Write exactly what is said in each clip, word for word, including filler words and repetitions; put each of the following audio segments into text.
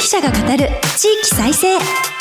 者が語る地域再生。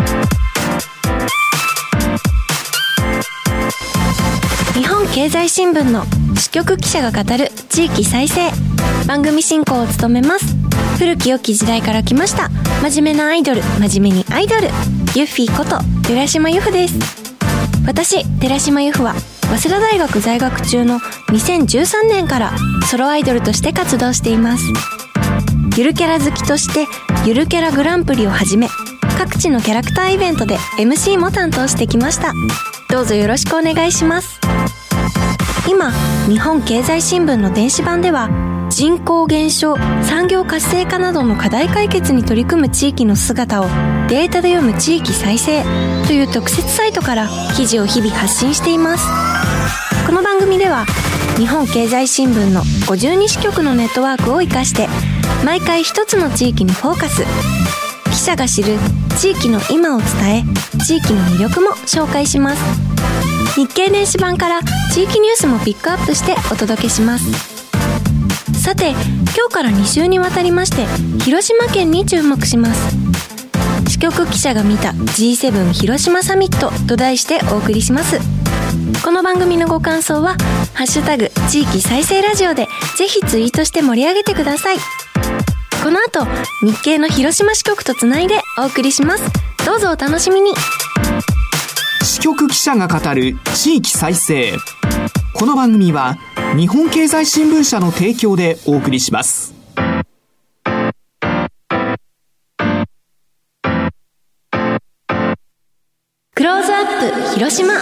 日本経済新聞の支局記者が語る地域再生。番組進行を務めます古き良き時代から来ました真面目なアイドル、真面目にアイドルユッフィーこと寺島由布です。私寺島由布は早稲田大学在学中のにせんじゅうさんねんからソロアイドルとして活動しています。ゆるキャラ好きとしてゆるキャラグランプリをはじめ各地のキャラクターイベントで エムシー も担当してきました。どうぞよろしくお願いします。今日本経済新聞の電子版では人口減少、産業活性化などの課題解決に取り組む地域の姿をデータで読む地域再生という特設サイトから記事を日々発信しています。この番組では日本経済新聞のごじゅうに支局のネットワークを生かして毎回一つの地域にフォーカス。記者が知る地域の今を伝え、地域の魅力も紹介します。日経電子版から地域ニュースもピックアップしてお届けします。さて、今日からに週にわたりまして広島県に注目します。支局記者が見た ジーセブン 広島サミットと題してお送りします。この番組のご感想はハッシュタグ地域再生ラジオでぜひツイートして盛り上げてください。この後日経の広島支局とつないでお送りします。どうぞお楽しみに。 支局記者が語る地域再生。この番組は日本経済新聞社の提供でお送りします。 クローズアップ広島。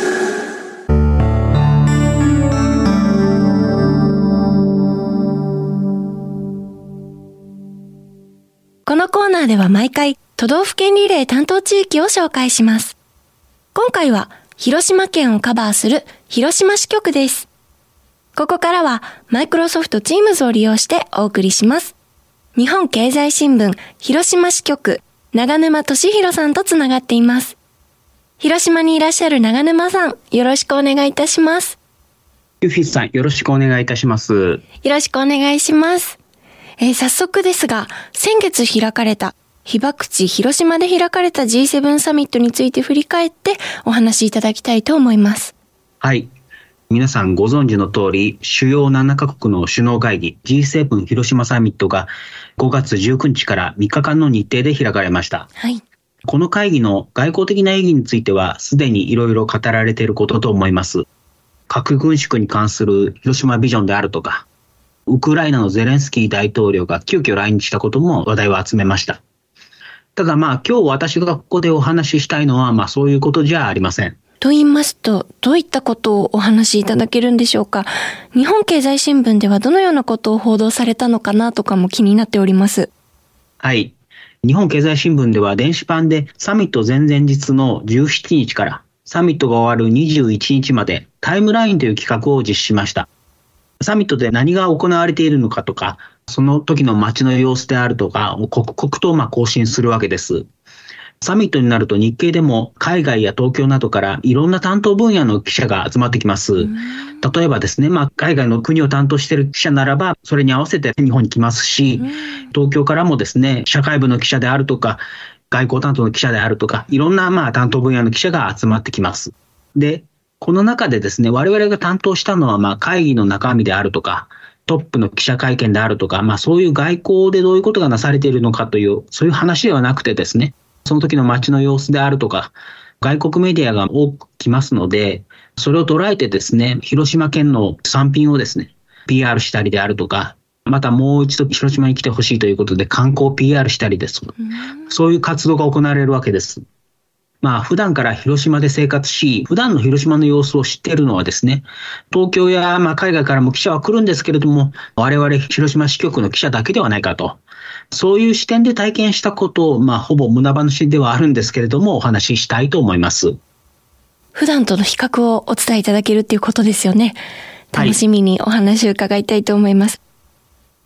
このコーナーでは毎回都道府県リレー担当地域を紹介します。今回は広島県をカバーする広島支局です。ここからはマイクロソフト Teams を利用してお送りします。日本経済新聞広島支局長沼俊弘さんとつながっています。広島にいらっしゃる長沼さん、よろしくお願いいたします。 ユフィさん、よろしくお願いいたします。 よろしくお願いします。えー、早速ですが、先月開かれた被爆地広島で開かれた ジーセブン サミットについて振り返ってお話しいただきたいと思います。 はい。皆さんご存知の通り、主要ななカ国の首脳会議 ジーセブン 広島サミットがごがつじゅうくにちからみっかかんの日程で開かれました。 はい。 この会議の外交的な意義についてはすでにいろいろ語られていることと思います。核軍縮に関する広島ビジョンであるとか、ウクライナのゼレンスキー大統領が急遽来日したことも話題を集めました。ただまあ今日私がここでお話ししたいのはまあそういうことじゃありません。 と言いますと、どういったことをお話しいただけるんでしょうか。日本経済新聞ではどのようなことを報道されたのかなとかも気になっております。 はい。日本経済新聞では電子版でサミット前々日のじゅうしちにちからサミットが終わるにじゅういちにちまでタイムラインという企画を実施しました。サミットで何が行われているのかとか、その時の街の様子であるとかを刻々とまあ更新するわけです。サミットになると日経でも海外や東京などからいろんな担当分野の記者が集まってきます。例えばですね、まあ、海外の国を担当している記者ならばそれに合わせて日本に来ますし、東京からもですね、社会部の記者であるとか外交担当の記者であるとかいろんなまあ担当分野の記者が集まってきます。で、この中でですね、我々が担当したのはまあ会議の中身であるとかトップの記者会見であるとか、まあ、そういう外交でどういうことがなされているのかというそういう話ではなくてですね、その時の街の様子であるとか外国メディアが多く来ますので、それを捉えてですね、広島県の産品をですね ピーアール したりであるとか、またもう一度広島に来てほしいということで観光 ピーアール したりです。そういう活動が行われるわけです。まあ普段から広島で生活し、普段の広島の様子を知っているのはですね、東京やまあ海外からも記者は来るんですけれども、我々広島支局の記者だけではないかと。そういう視点で体験したことを、まあほぼ無駄話ではあるんですけれども、お話ししたいと思います。 普段との比較をお伝えいただけるっていうことですよね。楽しみにお話を伺いたいと思います。はい、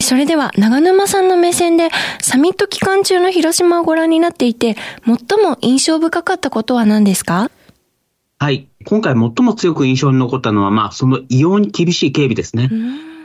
それでは長沼さんの目線でサミット期間中の広島をご覧になっていて最も印象深かったことは何ですか？ はい。今回最も強く印象に残ったのは、まあその異様に厳しい警備ですね。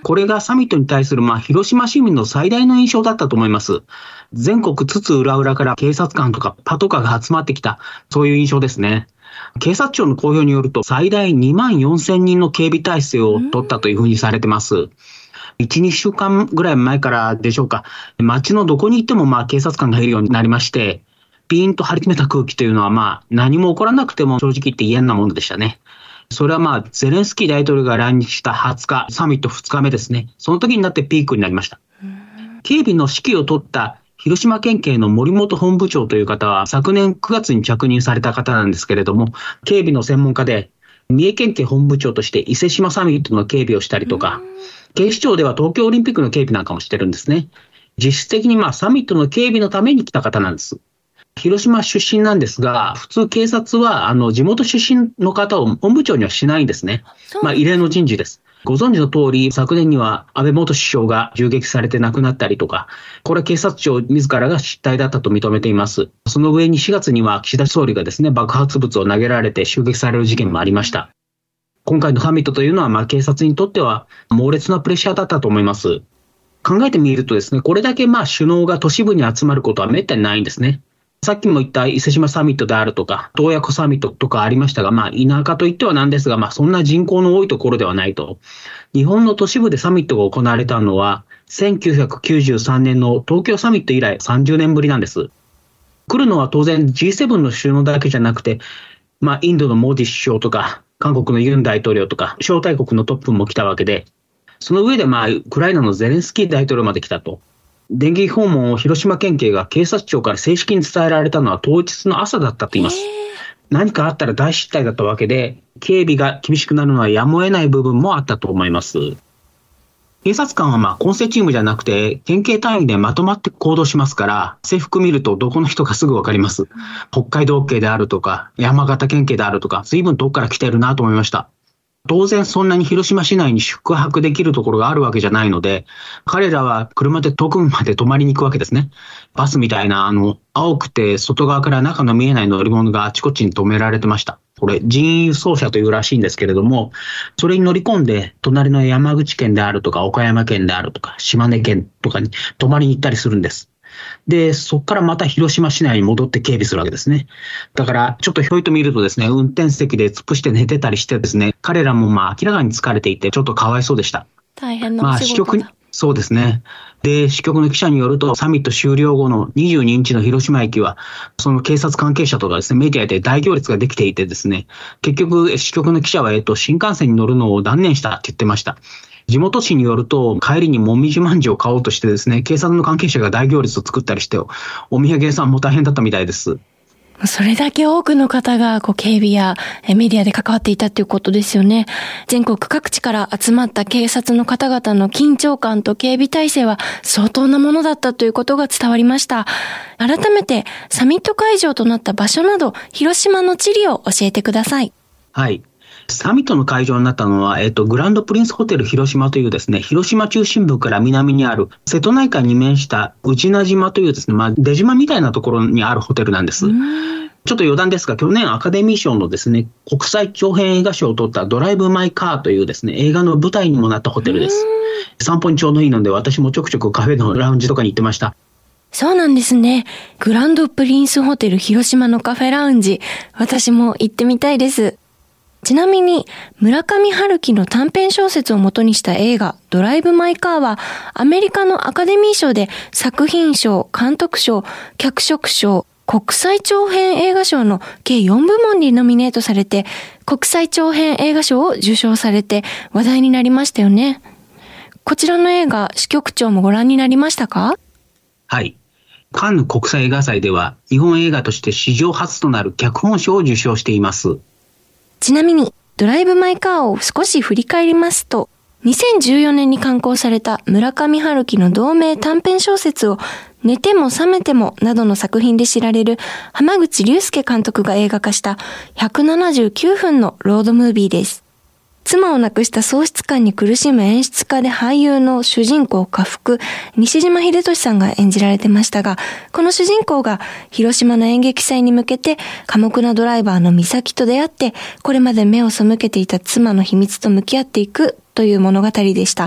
これがサミットに対する、まあ、広島市民の最大の印象だったと思います。全国津々浦々から警察官とかパトカーが集まってきた、そういう印象ですね。警察庁の公表によると、最大にまんよんせんにんの警備体制を取ったというふうにされてます。いち、にしゅうかんぐらい前からでしょうか、街のどこに行ってもまあ警察官がいるようになりまして、ピーンと張り詰めた空気というのは、まあ何も起こらなくても正直言って嫌なものでしたね。それはまあゼレンスキー大統領が来日したはつか、サミットふつかめですね。その時になってピークになりました。警備の指揮を取った広島県警の森本本部長という方は昨年くがつに着任された方なんですけれども、警備の専門家で三重県警本部長として伊勢志摩サミットの警備をしたりとか、警視庁では東京オリンピックの警備なんかもしてるんですね。実質的にまあサミットの警備のために来た方なんです。広島出身なんですが、普通警察はあの地元出身の方を本部長にはしないんですね。まあ異例の人事です。ご存知の通り、昨年には安倍元首相が銃撃されて亡くなったりとか、これは警察庁自らが失態だったと認めています。その上にしがつには岸田総理がですね、爆発物を投げられて襲撃される事件もありました。今回のサミットというのは、まあ警察にとっては猛烈なプレッシャーだったと思います。考えてみるとですね、これだけまあ首脳が都市部に集まることはめったにないんですね。さっきも言った伊勢志摩サミットであるとか、洞爺湖サミットとかありましたが、まあ田舎といってはなんですが、まあそんな人口の多いところではないと。日本の都市部でサミットが行われたのは、せんきゅうひゃくきゅうじゅうさんねんの東京サミット以来さんじゅうねんぶりなんです。来るのは当然 ジーセブン の首脳だけじゃなくて、まあインドのモディ首相とか、韓国のユン大統領とか、招待国のトップも来たわけで、その上でまあウクライナのゼレンスキー大統領まで来たと。電撃訪問を広島県警が警察庁から正式に伝えられたのは当日の朝だったと言います。何かあったら大失態だったわけで、警備が厳しくなるのはやむを得ない部分もあったと思います。警察官はまあ混成チームじゃなくて県警単位でまとまって行動しますから、制服見るとどこの人かすぐわかります。北海道警であるとか山形県警であるとか、随分遠くから来てるなと思いました。当然そんなに広島市内に宿泊できるところがあるわけじゃないので、彼らは車で遠くまで泊まりに行くわけですね。バスみたいなあの青くて外側から中の見えない乗り物があちこちに止められてました。これ人輸送車というらしいんですけれども、それに乗り込んで隣の山口県であるとか岡山県であるとか島根県とかに泊まりに行ったりするんです。で、そこからまた広島市内に戻って警備するわけですね。だから、ちょっとひょいと見るとですね、運転席で突っ伏して寝てたりしてですね、彼らもまあ明らかに疲れていて、ちょっとかわいそうでした。 大変なお仕事だ。 まあ、そうですね。で、支局の記者によると、サミット終了後のにじゅうににちの広島駅は、その警察関係者とかですね、メディアで大行列ができていてですね、結局、支局の記者は、えっと、新幹線に乗るのを断念したって言ってました。地元紙によると、帰りにもみじまんじゅうを買おうとしてですね、警察の関係者が大行列を作ったりして、お土産屋さんも大変だったみたいです。 それだけ多くの方がこう警備やメディアで関わっていたということですよね。全国各地から集まった警察の方々の緊張感と警備体制は相当なものだったということが伝わりました。改めてサミット会場となった場所など、広島の地理を教えてください。 はい。サミットの会場になったのは、えっと、グランドプリンスホテル広島というですね、広島中心部から南にある瀬戸内海に面した宇品島というですね、まあ、出島みたいなところにあるホテルなんです。ちょっと余談ですが、去年アカデミー賞のですね、国際長編映画賞を取ったドライブ・マイ・カーというですね、映画の舞台にもなったホテルです。散歩にちょうどいいので、私もちょくちょくカフェのラウンジとかに行ってました。 そうなんですね。グランドプリンスホテル広島のカフェラウンジ、私も行ってみたいです。ちなみに、村上春樹の短編小説を元にした映画、ドライブ・マイ・カーは、アメリカのアカデミー賞で作品賞、監督賞、脚色賞、国際長編映画賞の計よんぶもんにノミネートされて、国際長編映画賞を受賞されて話題になりましたよね。こちらの映画、支局長もご覧になりましたか？ はい。カンヌ国際映画祭では、日本映画として史上初となる脚本賞を受賞しています。 ちなみに、ドライブ・マイ・カーを少し振り返りますと、にせんじゅうよねんに刊行された村上春樹の同名短編小説を寝ても覚めてもなどの作品で知られる濱口竜介監督が映画化したひゃくななじゅうきゅうふんのロードムービーです。妻を亡くした喪失感に苦しむ演出家で俳優の主人公家福、西島秀俊さんが演じられてましたが、この主人公が広島の演劇祭に向けて寡黙なドライバーの美咲と出会って、これまで目を背けていた妻の秘密と向き合っていくという物語でした。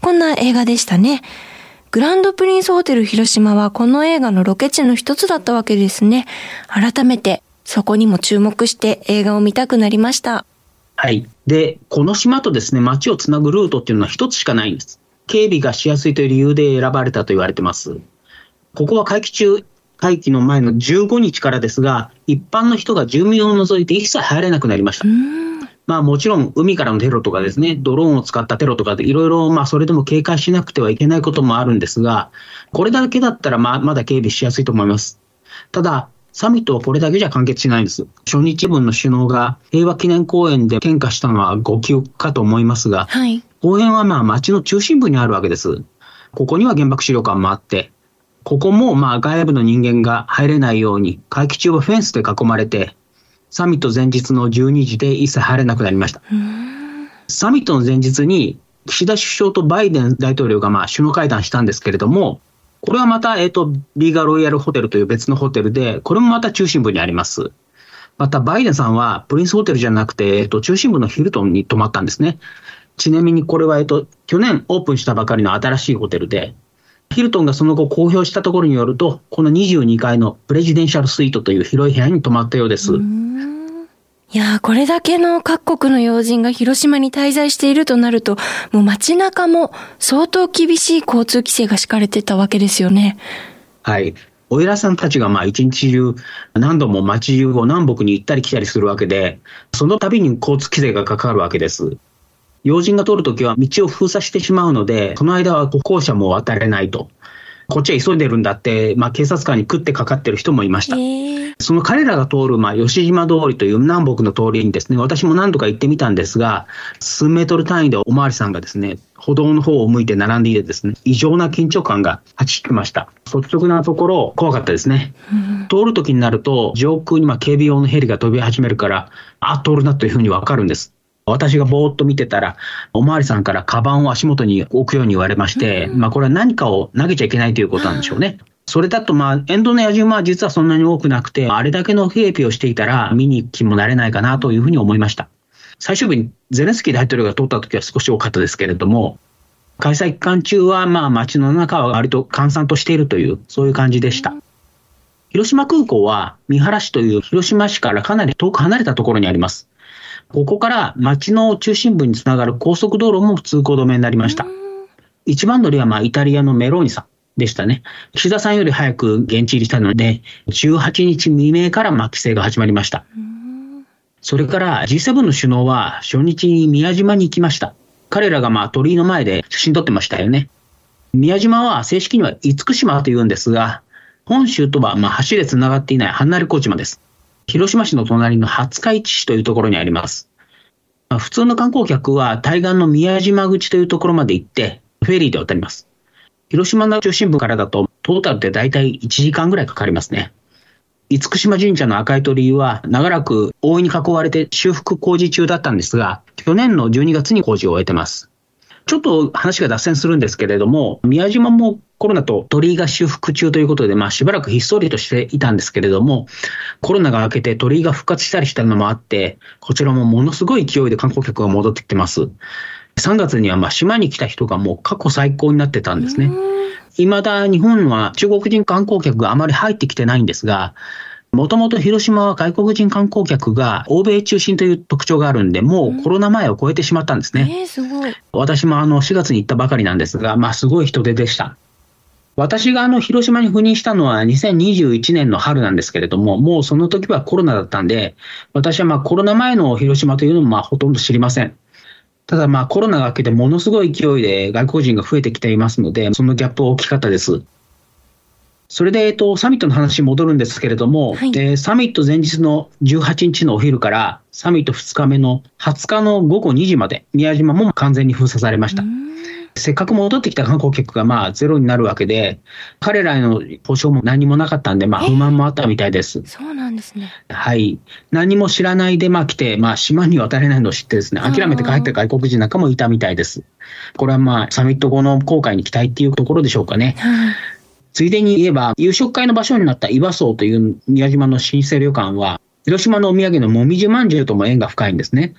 こんな映画でしたね。グランドプリンスホテル広島はこの映画のロケ地の一つだったわけですね。改めてそこにも注目して映画を見たくなりました。 はい。で、この島とですね、街をつなぐルートっていうのは一つしかないんです。警備がしやすいという理由で選ばれたと言われてます。ここは会期中、会期の前のじゅうごにちからですが、一般の人が住民を除いて一切入れなくなりました。まあもちろん海からのテロとかですね、ドローンを使ったテロとかでいろいろまあそれでも警戒しなくてはいけないこともあるんですが、これだけだったらまあまだ警備しやすいと思います。ただ、サミットはこれだけじゃ完結しないんです。初日分の首脳が平和記念公園で献花したのはご記憶かと思いますが、はい、公園はまあ街の中心部にあるわけです。ここには原爆資料館もあって、ここもまあ外部の人間が入れないように会期中はフェンスで囲まれて、サミット前日のじゅうにじで一切入れなくなりました。サミットの前日に岸田首相とバイデン大統領がまあ首脳会談したんですけれども、これはまた、えっと、リーガロイヤルホテルという別のホテルで、これもまた中心部にあります。また、バイデンさんはプリンスホテルじゃなくて、えっと、中心部のヒルトンに泊まったんですね。ちなみにこれは、えっと、去年オープンしたばかりの新しいホテルで、ヒルトンがその後公表したところによると、このにじゅうにかいのプレジデンシャルスイートという広い部屋に泊まったようです。 いやー、これだけの各国の要人が広島に滞在しているとなると、もう街中も相当厳しい交通規制が敷かれてたわけですよね。 はい。お偉さんたちがまあ一日中何度も街中を南北に行ったり来たりするわけで、その度に交通規制がかかるわけです。要人が通るときは道を封鎖してしまうので、その間は歩行者も渡れないと。こっちは急いでるんだって、まあ、警察官に食ってかかってる人もいました。その彼らが通る、まあ、吉島通りという南北の通りにですね、私も何度か行ってみたんですが、数メートル単位でおまわりさんがですね、歩道の方を向いて並んでいてですね、異常な緊張感が走ってました。率直なところ、怖かったですね。うん、通るときになると、上空にまあ警備用のヘリが飛び始めるから、あ、通るなというふうにわかるんです。私がぼーっと見てたら、おまわりさんからカバンを足元に置くように言われまして、うん、まあこれは何かを投げちゃいけないということなんでしょうね。それだとまあ沿道の野獣は実はそんなに多くなくて、あれだけの警備をしていたら見に行く気もなれないかなというふうに思いました。最終日にゼレンスキー大統領が通った時は少し多かったですけれども、開催期間中はまあ街の中は割と閑散としているという、そういう感じでした。広島空港は三原市という広島市からかなり遠く離れたところにあります。ここから街の中心部につながる高速道路も通行止めになりました。一番乗りはまあイタリアのメローニさんでしたね。岸田さんより早く現地入りしたので、じゅうはちにち未明からまあ規制が始まりました。それから ジーセブン の首脳は初日に宮島に行きました。彼らがまあ鳥居の前で写真撮ってましたよね。宮島は正式には厳島というんですが、本州とはまあ橋でつながっていない離れ小島です。広島市の隣の廿日市市というところにあります。普通の観光客は対岸の宮島口というところまで行ってフェリーで渡ります。広島の中心部からだとトータルでだいたいいちじかんぐらいかかりますね。厳島神社の赤い鳥居は長らく覆いに囲われて修復工事中だったんですが、去年のじゅうにがつに工事を終えてます。ちょっと話が脱線するんですけれども、宮島もコロナと鳥居が修復中ということで、まあしばらくひっそりとしていたんですけれども、コロナが明けて鳥居が復活したりしたのもあって、こちらもものすごい勢いで観光客が戻ってきてます。さんがつにはまあ島に来た人がもう過去最高になってたんですね。未だ日本は中国人観光客があまり入ってきてないんですが、もともと広島は外国人観光客が欧米中心という特徴があるんで、もうコロナ前を超えてしまったんですね。 えー、すごい。 私もあのしがつに行ったばかりなんですが、まあすごい人出でした。私があの広島に赴任したのはにせんにじゅういちねんの春なんですけれども、もうその時はコロナだったんで、私はまあコロナ前の広島というのもまあほとんど知りません。ただまあコロナが明けてものすごい勢いで外国人が増えてきていますので、そのギャップは大きかったです。それで、えっと、サミットの話に戻るんですけれども、はい、えー、サミット前日のじゅうはちにちのお昼からサミットふつかめのはつかのごごにじまで宮島も完全に封鎖されました。せっかく戻ってきた観光客がまあゼロになるわけで、彼らへの保証も何もなかったんで、まあ不満もあったみたいです。 そうなんですね。 はい。何も知らないでまあ来て、まあ島に渡れないのを知ってですね、諦めて帰った外国人なんかもいたみたいです。これはまあサミット後の航海に期待っていうところでしょうかね。ついでに言えば、夕食会の場所になった岩荘という宮島の老舗旅館は、広島のお土産のもみじまんじゅうとも縁が深いんですね。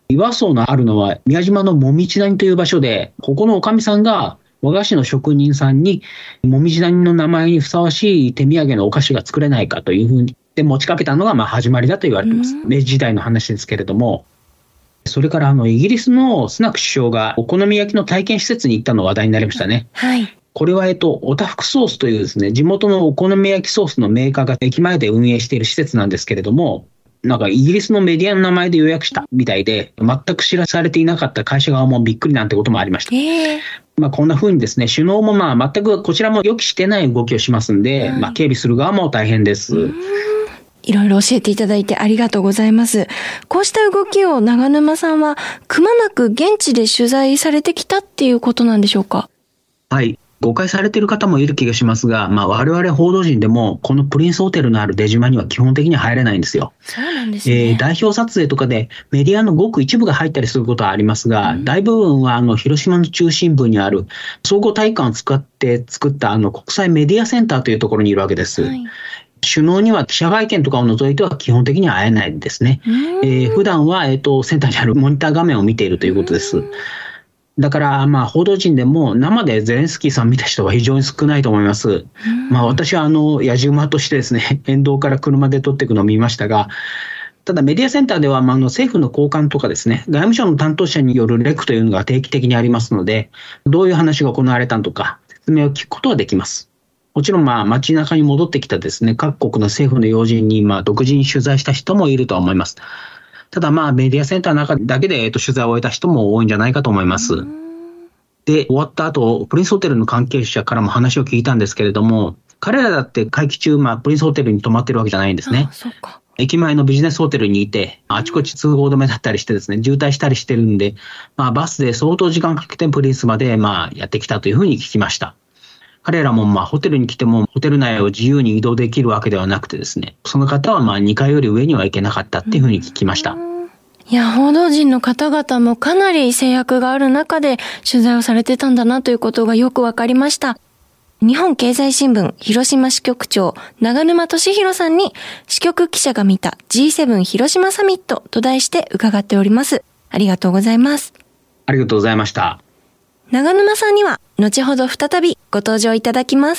岩荘のあるのは宮島のもみじ谷という場所で、ここのおかみさんが和菓子の職人さんにもみじ谷の名前にふさわしい手土産のお菓子が作れないかというふうにで持ちかけたのがまあ始まりだと言われています。明治時代の話ですけれども、それからあのイギリスのスナク首相がお好み焼きの体験施設に行ったの話題になりましたね。 はい。 これはえっとおたふくソースというですね、地元のお好み焼きソースのメーカーが駅前で運営している施設なんですけれども、なんかイギリスのメディアの名前で予約したみたいで、全く知らされていなかった会社側もびっくりなんてこともありました。 えーまあ、こんな風にですね、首脳もまあ全くこちらも予期してない動きをしますんで、 はい、 まあ、警備する側も大変です。 いろいろ教えていただいてありがとうございます。こうした動きを長沼さんはくまなく現地で取材されてきたっていうことなんでしょうか？ はい。誤解されている方もいる気がしますが、まあ、我々報道陣でもこのプリンスホテルのある出島には基本的には入れないんですよ。 そうなんですね。 えー、代表撮影とかでメディアのごく一部が入ったりすることはありますが、うん、大部分はあの広島の中心部にある総合体育館を使って作ったあの国際メディアセンターというところにいるわけです。はい、首脳には記者会見とかを除いては基本的には会えないんですね。えー、普段は、えーと、センターにあるモニター画面を見ているということです。だから、まあ、報道陣でも生でゼレンスキーさん見た人は非常に少ないと思います。まあ、私はあの、野じ馬としてですね、沿道から車で撮っていくのを見ましたが、ただメディアセンターでは、まあ、あの政府の高官とかですね、外務省の担当者によるレクというのが定期的にありますので、どういう話が行われたのとか、説明を聞くことはできます。もちろん、まあ、街中に戻ってきたですね、各国の政府の要人に、まあ、独自に取材した人もいるとは思います。ただまあメディアセンターの中だけで、えっと、取材を終えた人も多いんじゃないかと思います。で、終わった後、プリンスホテルの関係者からも話を聞いたんですけれども、彼らだって会期中、まあプリンスホテルに泊まってるわけじゃないんですね。 ああ、そうか。 駅前のビジネスホテルにいて、あちこち通行止めだったりしてですね、渋滞したりしてるんで、まあバスで相当時間かけてプリンスまでまあやってきたというふうに聞きました。彼らもまあホテルに来てもホテル内を自由に移動できるわけではなくてですね、その方はまあにかいより上には行けなかったっていうふうに聞きました。 いや、報道陣の方々もかなり制約がある中で取材をされてたんだなということがよくわかりました。日本経済新聞広島支局長長沼俊弘さんに支局記者が見た ジーセブン 広島サミットと題して伺っております。ありがとうございます。 ありがとうございました。 長沼さんには後ほど再びご登場いただきます。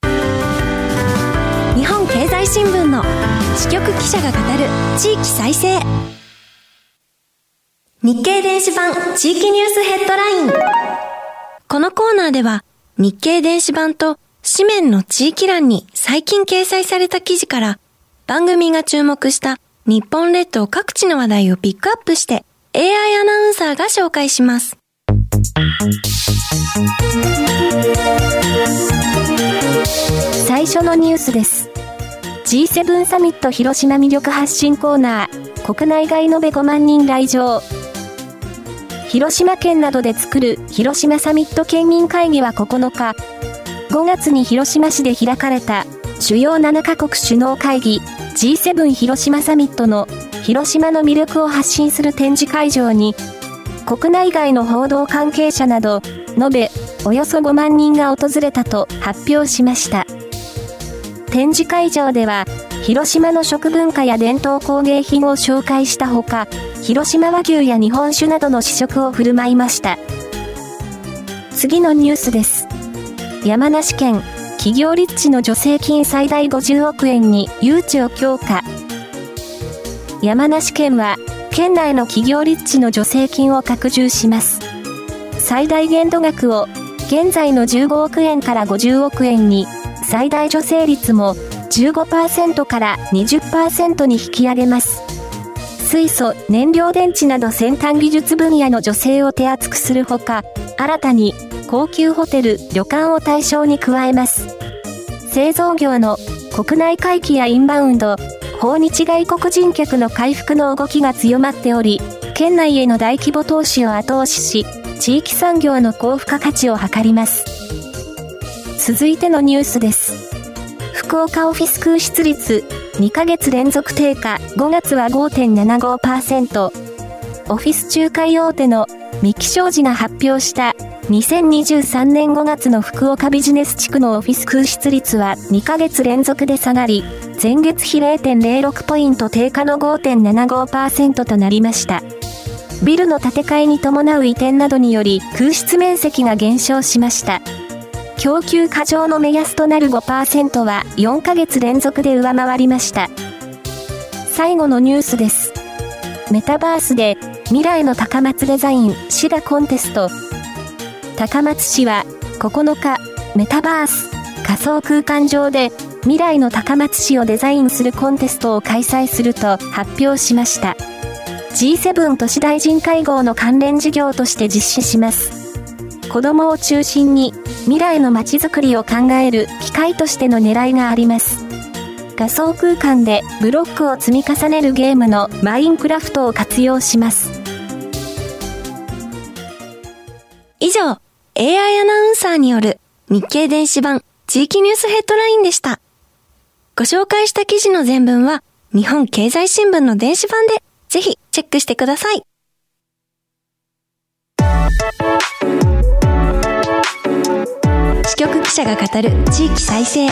日本経済新聞の支局記者が語る地域再生。日経電子版地域ニュースヘッドライン。このコーナーでは日経電子版と紙面の地域欄に最近掲載された記事から番組が注目した日本列島各地の話題をピックアップして エーアイ アナウンサーが紹介します。 最初のニュースです。 ジーセブン サミット広島魅力発信コーナー。国内外延べごまんにん来場。広島県などで作る広島サミット県民会議はここのか、ごがつに広島市で開かれた主要ななかこく首脳会議 ジーセブン 広島サミットの広島の魅力を発信する展示会場に、国内外の報道関係者など延べおよそごまんにんが訪れたと発表しました。展示会場では広島の食文化や伝統工芸品を紹介したほか、広島和牛や日本酒などの試食を振る舞いました。次のニュースです。山梨県、企業立地の助成金最大ごじゅうおくえんに誘致を強化。山梨県は、県内の企業立地の助成金を拡充します。最大限度額を、現在のじゅうごおくえんからごじゅうおくえんに、最大助成率も じゅうごパーセント から にじゅっパーセント に引き上げます。水素、燃料電池など先端技術分野の助成を手厚くするほか、新たに高級ホテル、旅館を対象に加えます。製造業の国内回帰やインバウンド、訪日外国人客の回復の動きが強まっており、県内への大規模投資を後押しし、地域産業の高付加価値を図ります。続いてのニュースです。福岡オフィス空室率、にかげつ連続低下、ごがつは ごてんななごパーセント。オフィス仲介大手の三木商事が発表したにせんにじゅうさんねんごがつの福岡ビジネス地区のオフィス空室率はにかげつ連続で下がり、前月比 れいてんぜろろくポイント低下の ごてんななごパーセント となりました。 ビルの建て替えに伴う移転などにより空室面積が減少しました。供給過剰の目安となる ごパーセント はよんかげつ連続で上回りました。最後のニュースです。メタバースで未来の高松デザインシダコンテスト。高松市はここのか、メタバース仮想空間上で未来の高松市をデザインするコンテストを開催すると発表しました。ジーセブン 都市大臣会合の関連事業として実施します。子どもを中心に未来の街づくりを考える機会としての狙いがあります。仮想空間でブロックを積み重ねるゲームのマインクラフトを活用します。 以上、エーアイ アナウンサーによる日経電子版地域ニュースヘッドラインでした。ご紹介した記事の全文は日本経済新聞の電子版でぜひチェックしてください。支局記者が語る地域再生。引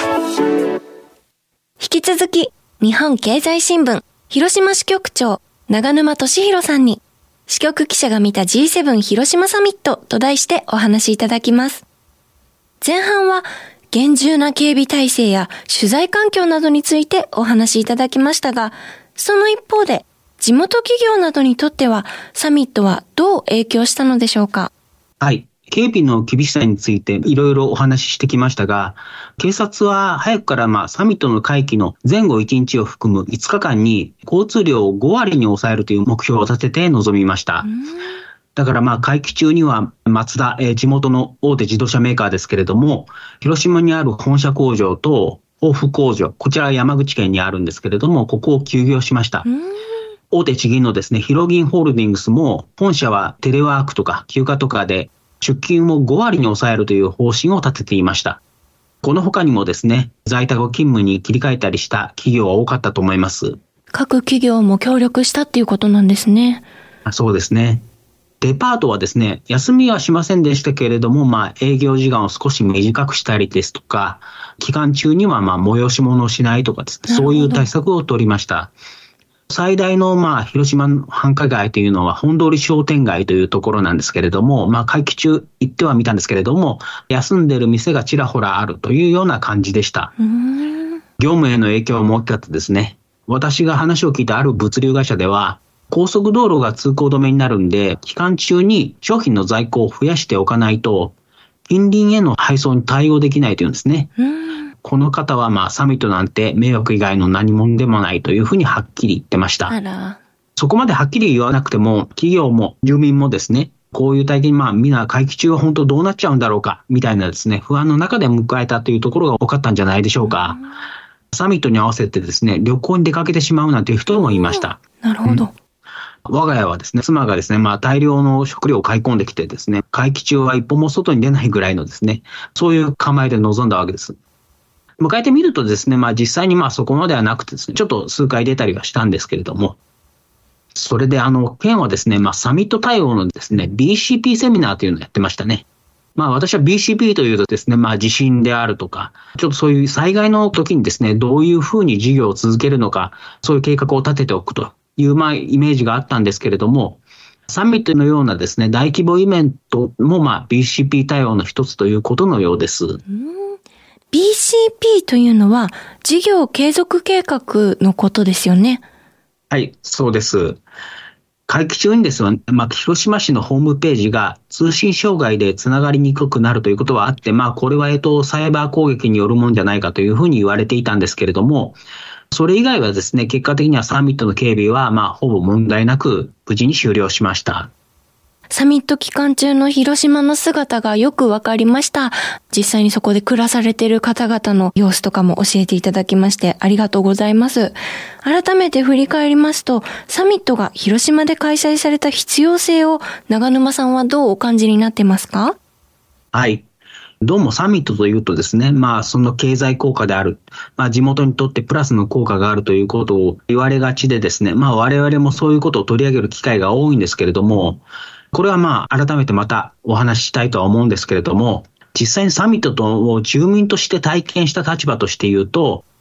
き続き日本経済新聞広島支局長長沼俊弘さんに支局記者が見た ジーセブン 広島サミットと題してお話しいただきます。前半は厳重な警備体制や取材環境などについてお話しいただきましたが、その一方で地元企業などにとってはサミットはどう影響したのでしょうか。 はい。警備の厳しさについていろいろお話ししてきましたが、警察は早くからまあサミットの会期の前後いちにちを含むいつかかんに交通量をごわりに抑えるという目標を立てて臨みました。だからまあ会期中にはマツダ、えー、地元の大手自動車メーカーですけれども、広島にある本社工場と豊富工場、こちらは山口県にあるんですけれども、ここを休業しました。大手地銀のですね、ヒロギンホールディングスも本社はテレワークとか休暇とかで出勤をごわりに抑えるという方針を立てていました。この他にもですね、在宅勤務に切り替えたりした企業は多かったと思います。 各企業も協力したっていうことなんですね。 そうですね。デパートはですね、休みはしませんでしたけれども、まあ営業時間を少し短くしたりですとか、期間中にはまあ催し物をしないとかですね、そういう対策を取りました。最大のまあ広島の繁華街というのは本通り商店街というところなんですけれども、まあ会期中行ってはみたんですけれども、休んでる店がちらほらあるというような感じでした。うーん、業務への影響も大きかったですね。私が話を聞いたある物流会社では、高速道路が通行止めになるんで、期間中に商品の在庫を増やしておかないと、近隣への配送に対応できないというんですね。うーん、この方はまあサミットなんて迷惑以外の何者でもないというふうにはっきり言ってました。あら、そこまではっきり言わなくても、企業も住民もですね、こういう体験、まあみんな会期中は本当どうなっちゃうんだろうか、みたいなですね、不安の中で迎えたというところが多かったんじゃないでしょうか。うん、サミットに合わせてですね、旅行に出かけてしまうなんていう人もいました。なるほど。うん、我が家はですね、妻がですね、まあ大量の食料を買い込んできてですね、会期中は一歩も外に出ないぐらいのですね、そういう構えで臨んだわけです。迎えてみるとですね、まあ実際にまあそこまではなくてですね、ちょっと数回出たりはしたんですけれども、それであの、県はですね、まあサミット対応のですね、ビーシーピー セミナーというのをやってましたね。まあ私は ビーシーピー というとですね、まあ地震であるとか、ちょっとそういう災害の時にですね、どういうふうに事業を続けるのか、そういう計画を立てておくというまあイメージがあったんですけれども、サミットのようなですね、大規模イベントもまあ ビーシーピー 対応の一つということのようです。うん、 ビーシーピー というのは事業継続計画のことですよね。 はい、そうです。会期中にですね、まあ、広島市のホームページが通信障害でつながりにくくなるということはあって、まあ、これは、えっと、サイバー攻撃によるもんじゃないかというふうに言われていたんですけれども、それ以外はですね、結果的にはサミットの警備は、まあ、ほぼ問題なく無事に終了しました。 サミット期間中の広島の姿がよくわかりました。実際にそこで暮らされている方々の様子とかも教えていただきましてありがとうございます。改めて振り返りますと、サミットが広島で開催された必要性を長沼さんはどうお感じになってますか？ はい。どうもサミットというとですね、まあその経済効果である、まあ地元にとってプラスの効果があるということを言われがちでですね、まあ我々もそういうことを取り上げる機会が多いんですけれども、これはまあ改めてまたお話ししたいとは思うんですけれども、実際にサミットを住民として体験した立場として言うと、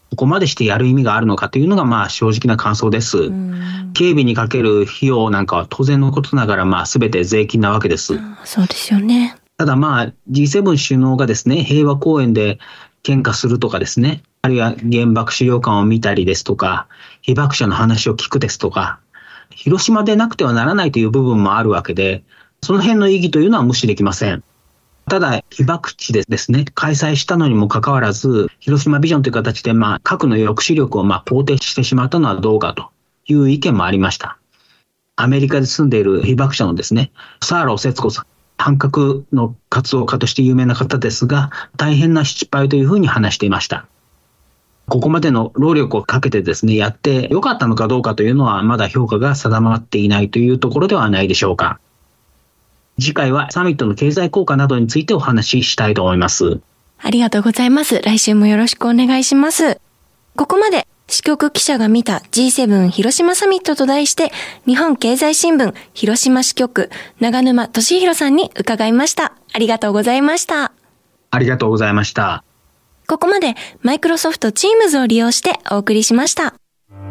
ここまでしてやる意味があるのかというのがまあ正直な感想です。警備にかける費用なんかは当然のことながらまあ全て税金なわけです。 そうですよね。 ただまあ ジーセブン 首脳がですね、平和公園で喧嘩するとかですね、あるいは原爆資料館を見たりですとか、被爆者の話を聞くですとか、広島でなくてはならないという部分もあるわけで、その辺の意義というのは無視できません。ただ被爆地でですね、開催したのにもかかわらず、広島ビジョンという形でまあ核の抑止力をまあ肯定してしまったのはどうかという意見もありました。アメリカで住んでいる被爆者のですね、サーロー節子さん、反核の活動家として有名な方ですが、大変な失敗というふうに話していました。ここまでの労力をかけてですね、やってよかったのかどうかというのはまだ評価が定まっていないというところではないでしょうか。次回はサミットの経済効果などについてお話ししたいと思います。 ありがとうございます。来週もよろしくお願いします。ここまで支局記者が見た ジーセブン 広島サミットと題して、日本経済新聞広島支局長沼俊弘さんに伺いました。ありがとうございました。 ありがとうございました。 ここまでマイクロソフト Teams を利用してお送りしました。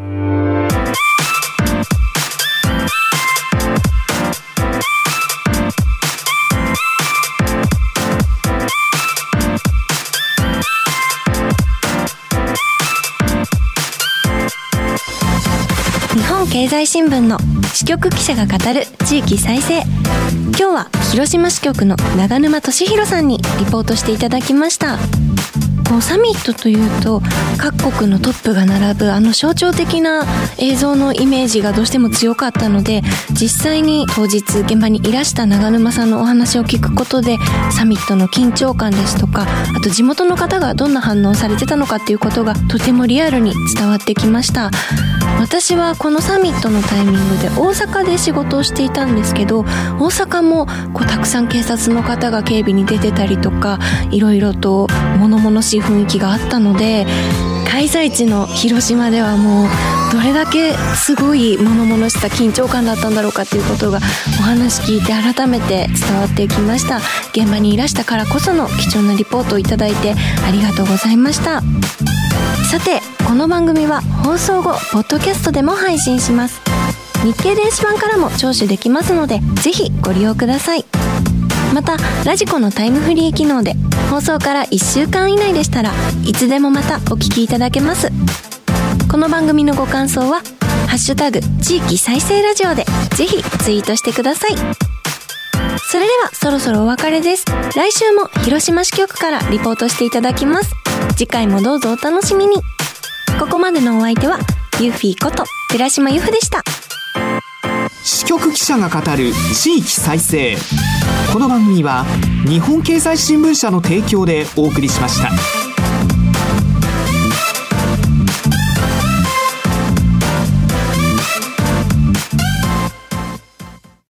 日本経済新聞の支局記者が語る地域再生。今日は広島支局の長沼俊弘さんにリポートしていただきました。こうサミットというと各国のトップが並ぶあの象徴的な映像のイメージがどうしても強かったので、実際に当日現場にいらした長沼さんのお話を聞くことで、サミットの緊張感ですとか、あと地元の方がどんな反応をされてたのかっていうことがとてもリアルに伝わってきました。私はこのサミットのタイミングで大阪で仕事をしていたんですけど、大阪もこうたくさん警察の方が警備に出てたりとか、いろいろと物々しい雰囲気があったので、開催地の広島ではもうどれだけすごい物々しさ緊張感だったんだろうかっていうことがお話聞いて改めて伝わってきました。現場にいらしたからこその貴重なリポートをいただいてありがとうございました。さて、この番組は放送後ポッドキャストでも配信します。日経電子版からも聴取できますので、ぜひご利用ください。またラジコのタイムフリー機能で放送からいっしゅうかん以内でしたらいつでもまたお聞きいただけます。この番組のご感想はハッシュタグ地域再生ラジオでぜひツイートしてください。それではそろそろお別れです。来週も広島支局からリポートしていただきます。次回もどうぞお楽しみに。ここまでのお相手はユーフィーこと寺島由布でした。 支局記者が語る地域再生。この番組は日本経済新聞社の提供でお送りしました。